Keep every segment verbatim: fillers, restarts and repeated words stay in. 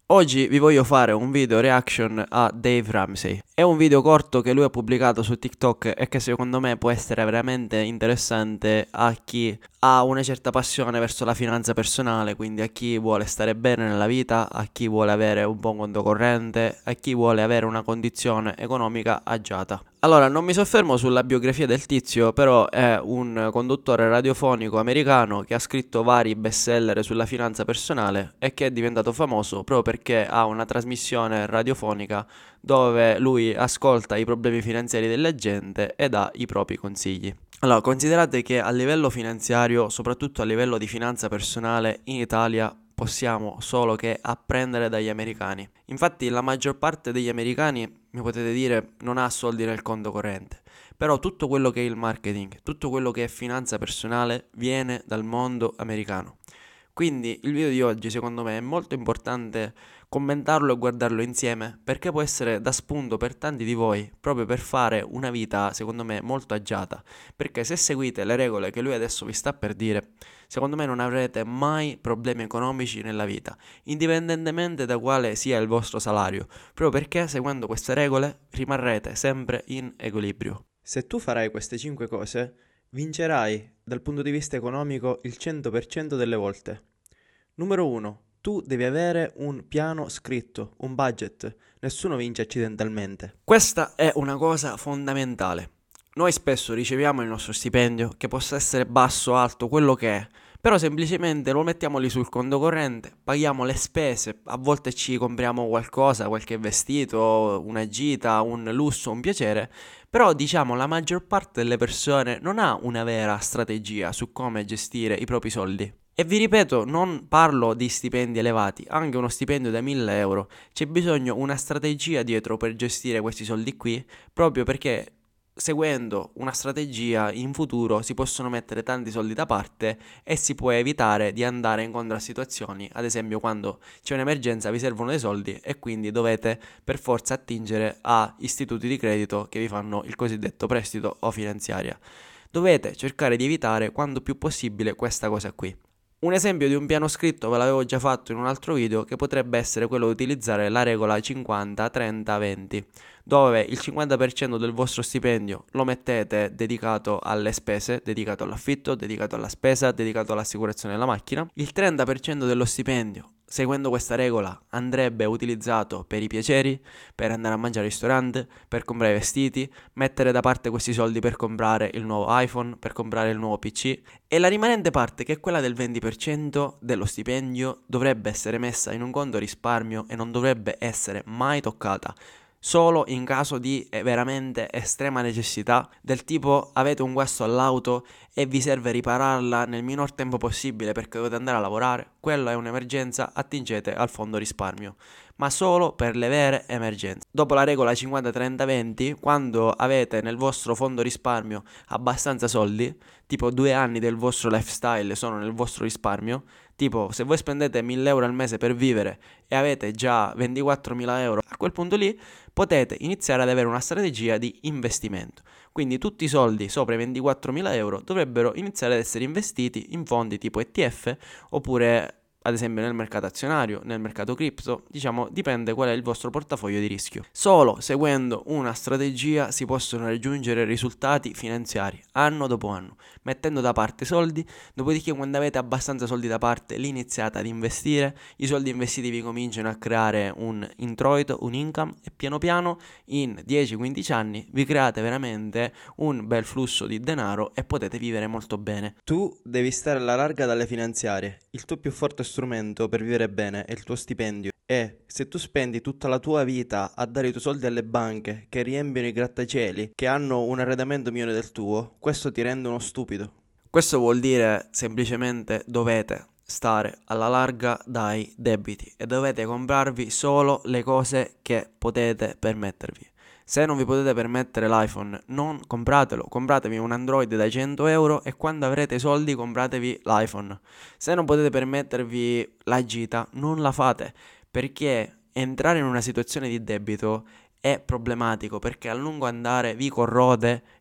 Oggi vi voglio fare un video reaction a Dave Ramsey. È un video corto che lui ha pubblicato su TikTok e che secondo me può essere veramente interessante a chi ha una certa passione verso la finanza personale, quindi a chi vuole stare bene nella vita, a chi vuole avere un buon conto corrente, a chi vuole avere una condizione economica agiata. Allora, non mi soffermo sulla biografia del tizio, però è un conduttore radiofonico americano che ha scritto vari bestseller sulla finanza personale e che è diventato famoso proprio perché ha una trasmissione radiofonica dove lui ascolta i problemi finanziari della gente e dà i propri consigli. Allora, considerate che a livello finanziario, soprattutto a livello di finanza personale, in Italia possiamo solo che apprendere dagli americani. Infatti la maggior parte degli americani, mi potete dire, non ha soldi nel conto corrente, però tutto quello che è il marketing, tutto quello che è finanza personale viene dal mondo americano. Quindi il video di oggi secondo me è molto importante commentarlo e guardarlo insieme perché può essere da spunto per tanti di voi proprio per fare una vita secondo me molto agiata, perché se seguite le regole che lui adesso vi sta per dire, secondo me non avrete mai problemi economici nella vita, indipendentemente da quale sia il vostro salario, proprio perché seguendo queste regole rimarrete sempre in equilibrio. Se tu farai queste cinque cose, vincerai dal punto di vista economico il cento per cento delle volte. Numero uno. Tu devi avere un piano scritto, un budget. Nessuno vince accidentalmente. Questa è una cosa fondamentale. Noi spesso riceviamo il nostro stipendio, che possa essere basso o alto, quello che è, però semplicemente lo mettiamo lì sul conto corrente, paghiamo le spese, a volte ci compriamo qualcosa, qualche vestito, una gita, un lusso, un piacere, però diciamo la maggior parte delle persone non ha una vera strategia su come gestire i propri soldi. E vi ripeto, non parlo di stipendi elevati, anche uno stipendio da mille euro, c'è bisogno una strategia dietro per gestire questi soldi qui, proprio perché seguendo una strategia in futuro si possono mettere tanti soldi da parte e si può evitare di andare incontro a situazioni, ad esempio quando c'è un'emergenza vi servono dei soldi e quindi dovete per forza attingere a istituti di credito che vi fanno il cosiddetto prestito o finanziaria. Dovete cercare di evitare quanto più possibile questa cosa qui. Un esempio di un piano scritto ve l'avevo già fatto in un altro video, che potrebbe essere quello di utilizzare la regola cinquanta trenta venti, dove il cinquanta per cento del vostro stipendio lo mettete dedicato alle spese, dedicato all'affitto, dedicato alla spesa, dedicato all'assicurazione della macchina, il trenta per cento dello stipendio, seguendo questa regola, andrebbe utilizzato per i piaceri, per andare a mangiare al ristorante, per comprare vestiti, mettere da parte questi soldi per comprare il nuovo iPhone, per comprare il nuovo P C, e la rimanente parte, che è quella del venti per cento dello stipendio, dovrebbe essere messa in un conto risparmio e non dovrebbe essere mai toccata. Solo in caso di eh, veramente estrema necessità, del tipo avete un guasto all'auto e vi serve ripararla nel minor tempo possibile perché dovete andare a lavorare, quella è un'emergenza, attingete al fondo risparmio, ma solo per le vere emergenze. Dopo la regola cinquanta trenta venti, quando avete nel vostro fondo risparmio abbastanza soldi, tipo due anni del vostro lifestyle sono nel vostro risparmio, tipo se voi spendete mille euro al mese per vivere e avete già ventiquattromila euro, a quel punto lì potete iniziare ad avere una strategia di investimento. Quindi tutti i soldi sopra i ventiquattromila euro dovrebbero iniziare ad essere investiti in fondi tipo E T F oppure ad esempio nel mercato azionario, nel mercato cripto, diciamo dipende qual è il vostro portafoglio di rischio. Solo seguendo una strategia si possono raggiungere risultati finanziari anno dopo anno, mettendo da parte soldi, dopodiché quando avete abbastanza soldi da parte li iniziate ad investire, i soldi investiti vi cominciano a creare un introito, un income e piano piano in dieci quindici anni vi create veramente un bel flusso di denaro e potete vivere molto bene. Tu devi stare alla larga dalle finanziarie, il tuo più forte strumento per vivere bene è il tuo stipendio e se tu spendi tutta la tua vita a dare i tuoi soldi alle banche che riempiono i grattacieli, che hanno un arredamento migliore del tuo, questo ti rende uno stupido. Questo vuol dire semplicemente dovete stare alla larga dai debiti e dovete comprarvi solo le cose che potete permettervi. Se non vi potete permettere l'iPhone, non compratelo, compratevi un Android da cento euro e quando avrete i soldi compratevi l'iPhone. Se non potete permettervi la gita, non la fate, perché entrare in una situazione di debito è problematico, perché a lungo andare vi corrode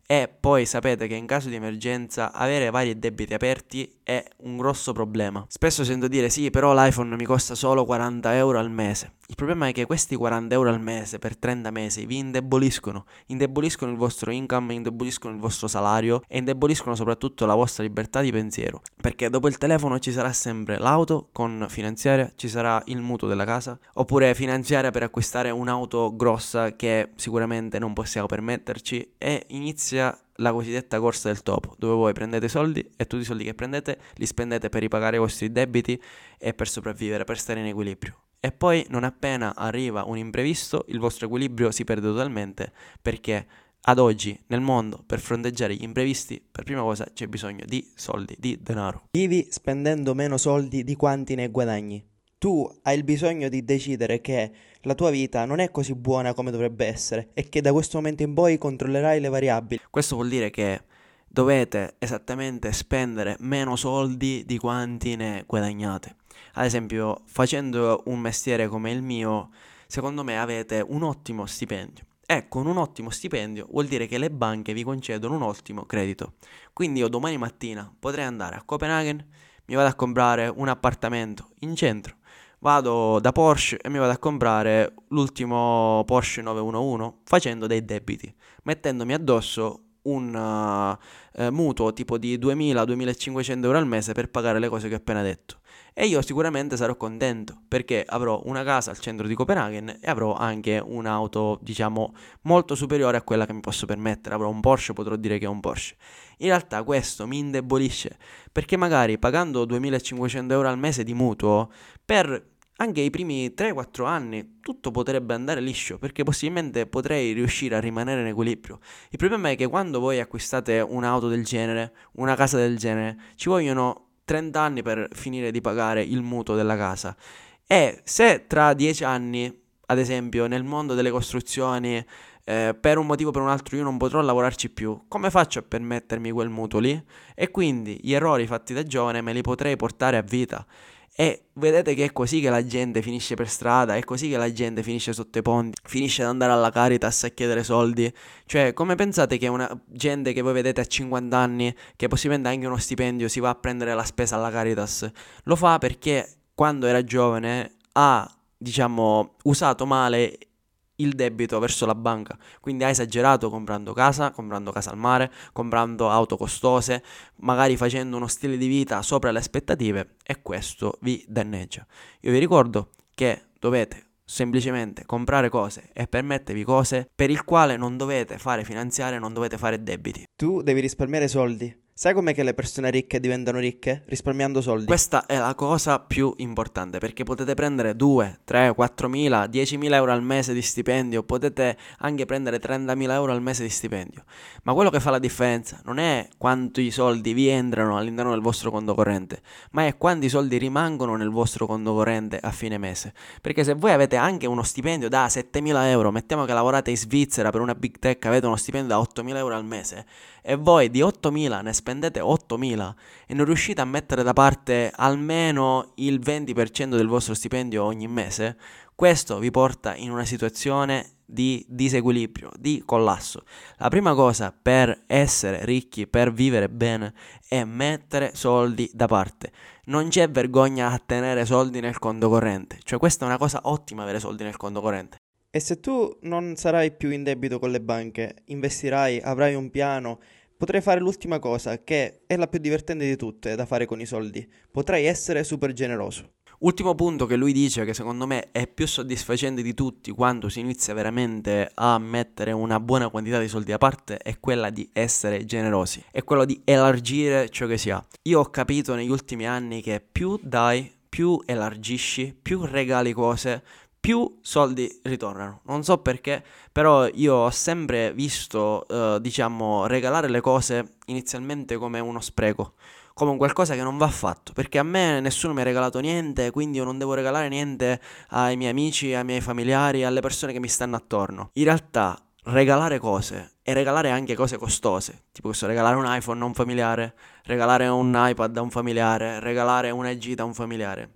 E poi sapete che in caso di emergenza avere vari debiti aperti è un grosso problema. Spesso sento dire sì, però l'iPhone mi costa solo quaranta euro al mese. Il problema è che questi quaranta euro al mese per trenta mesi vi indeboliscono, indeboliscono il vostro income, indeboliscono il vostro salario e indeboliscono soprattutto la vostra libertà di pensiero. Perché dopo il telefono ci sarà sempre l'auto con finanziaria, ci sarà il mutuo della casa, oppure finanziaria per acquistare un'auto grossa che sicuramente non possiamo permetterci, e inizia la cosiddetta corsa del topo, dove voi prendete soldi e tutti i soldi che prendete li spendete per ripagare i vostri debiti e per sopravvivere, per stare in equilibrio. E poi non appena arriva un imprevisto il vostro equilibrio si perde totalmente, perché ad oggi nel mondo per fronteggiare gli imprevisti per prima cosa c'è bisogno di soldi, di denaro. Vivi spendendo meno soldi di quanti ne guadagni. Tu hai il bisogno di decidere che la tua vita non è così buona come dovrebbe essere e che da questo momento in poi controllerai le variabili. Questo vuol dire che dovete esattamente spendere meno soldi di quanti ne guadagnate. Ad esempio, facendo un mestiere come il mio, secondo me avete un ottimo stipendio. E con un ottimo stipendio vuol dire che le banche vi concedono un ottimo credito. Quindi io domani mattina potrei andare a Copenaghen, mi vado a comprare un appartamento in centro, vado da Porsche e mi vado a comprare l'ultimo Porsche nove uno uno facendo dei debiti, mettendomi addosso un uh, eh, mutuo tipo di duemila-duemilacinquecento euro al mese per pagare le cose che ho appena detto. E io sicuramente sarò contento perché avrò una casa al centro di Copenaghen e avrò anche un'auto, diciamo, molto superiore a quella che mi posso permettere. Avrò un Porsche, potrò dire che è un Porsche. In realtà questo mi indebolisce perché magari pagando duemilacinquecento euro al mese di mutuo per anche i primi tre quattro anni tutto potrebbe andare liscio, perché possibilmente potrei riuscire a rimanere in equilibrio. Il problema è che quando voi acquistate un'auto del genere, una casa del genere, ci vogliono trenta anni per finire di pagare il mutuo della casa. E se tra dieci anni, ad esempio, nel mondo delle costruzioni, eh, per un motivo o per un altro io non potrò lavorarci più, come faccio a permettermi quel mutuo lì? E quindi gli errori fatti da giovane me li potrei portare a vita. E vedete che è così che la gente finisce per strada, è così che la gente finisce sotto i ponti, finisce ad andare alla Caritas a chiedere soldi. Cioè, come pensate che una gente che voi vedete a cinquanta anni, che possibilmente ha anche uno stipendio, si va a prendere la spesa alla Caritas? Lo fa perché quando era giovane ha, diciamo, usato male il debito verso la banca, quindi ha esagerato comprando casa, comprando casa al mare, comprando auto costose, magari facendo uno stile di vita sopra le aspettative, e questo vi danneggia. Io vi ricordo che dovete semplicemente comprare cose e permettervi cose per il quale non dovete fare finanziare, non dovete fare debiti. Tu devi risparmiare soldi. Sai com'è che le persone ricche diventano ricche? Risparmiando soldi. Questa è la cosa più importante, perché potete prendere due, tre, quattromila, diecimila euro al mese di stipendio, potete anche prendere trentamila euro al mese di stipendio, ma quello che fa la differenza non è quanti soldi vi entrano all'interno del vostro conto corrente, ma è quanti soldi rimangono nel vostro conto corrente a fine mese. Perché se voi avete anche uno stipendio da settemila euro, mettiamo che lavorate in Svizzera per una big tech, avete uno stipendio da ottomila euro al mese, e voi di ottomila ne spendete ottomila e non riuscite a mettere da parte almeno il venti per cento del vostro stipendio ogni mese, questo vi porta in una situazione di disequilibrio, di collasso. La prima cosa per essere ricchi, per vivere bene, è mettere soldi da parte. Non c'è vergogna a tenere soldi nel conto corrente, cioè questa è una cosa ottima, avere soldi nel conto corrente. E se tu non sarai più in debito con le banche, investirai, avrai un piano, potrai fare l'ultima cosa, che è la più divertente di tutte da fare con i soldi. Potrai essere super generoso. Ultimo punto che lui dice, che secondo me è più soddisfacente di tutti quando si inizia veramente a mettere una buona quantità di soldi da parte, è quella di essere generosi, è quello di elargire ciò che si ha. Io ho capito negli ultimi anni che più dai, più elargisci, più regali cose, più soldi ritornano. Non so perché, però io ho sempre visto, eh, diciamo, regalare le cose inizialmente come uno spreco, come un qualcosa che non va fatto, perché a me nessuno mi ha regalato niente, quindi io non devo regalare niente ai miei amici, ai miei familiari, alle persone che mi stanno attorno. In realtà regalare cose e regalare anche cose costose, tipo questo, regalare un iPhone a un familiare, regalare un iPad a un familiare, regalare una gita a un familiare,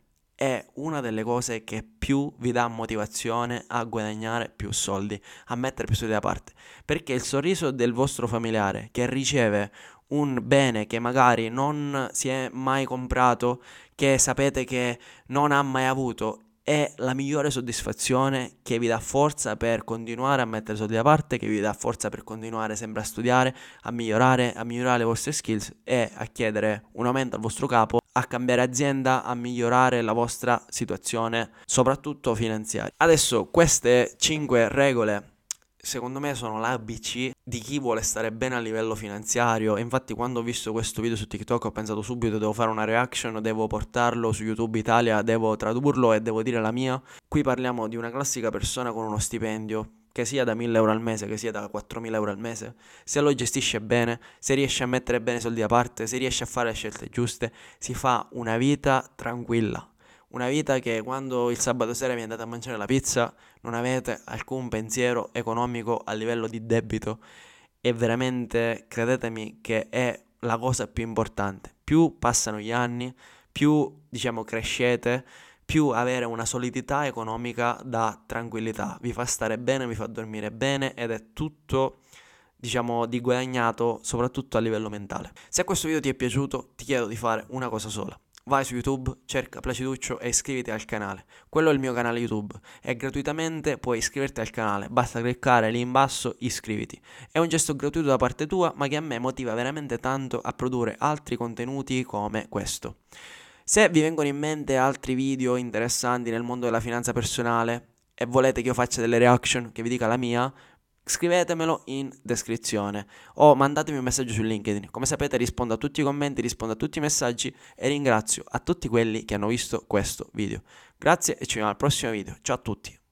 è una delle cose che più vi dà motivazione a guadagnare più soldi, a mettere più soldi da parte, perché il sorriso del vostro familiare che riceve un bene che magari non si è mai comprato, che sapete che non ha mai avuto, è la migliore soddisfazione, che vi dà forza per continuare a mettere soldi da parte, che vi dà forza per continuare sempre a studiare, a migliorare, a migliorare le vostre skills e a chiedere un aumento al vostro capo, a cambiare azienda, a migliorare la vostra situazione, soprattutto finanziaria. Adesso queste cinque regole secondo me sono l'A B C di chi vuole stare bene a livello finanziario. Infatti quando ho visto questo video su TikTok ho pensato subito: devo fare una reaction, devo portarlo su YouTube Italia, devo tradurlo e devo dire la mia. Qui parliamo di una classica persona con uno stipendio, che sia da mille euro al mese, che sia da quattromila euro al mese. Se lo gestisce bene, se riesce a mettere bene i soldi da parte, se riesce a fare le scelte giuste, si fa una vita tranquilla. Una vita che quando il sabato sera vi andate a mangiare la pizza non avete alcun pensiero economico a livello di debito. E veramente, credetemi, che è la cosa più importante. Più passano gli anni, più diciamo crescete, più avere una solidità economica dà tranquillità, vi fa stare bene, vi fa dormire bene ed è tutto diciamo di guadagnato, soprattutto a livello mentale. Se questo video ti è piaciuto, ti chiedo di fare una cosa sola. Vai su YouTube, cerca Placiduccio e iscriviti al canale. Quello è il mio canale YouTube e gratuitamente puoi iscriverti al canale, basta cliccare lì in basso iscriviti. È un gesto gratuito da parte tua, ma che a me motiva veramente tanto a produrre altri contenuti come questo. Se vi vengono in mente altri video interessanti nel mondo della finanza personale e volete che io faccia delle reaction, che vi dica la mia, scrivetemelo in descrizione o mandatemi un messaggio su LinkedIn. Come sapete rispondo a tutti i commenti, rispondo a tutti i messaggi e ringrazio a tutti quelli che hanno visto questo video. Grazie e ci vediamo al prossimo video. Ciao a tutti.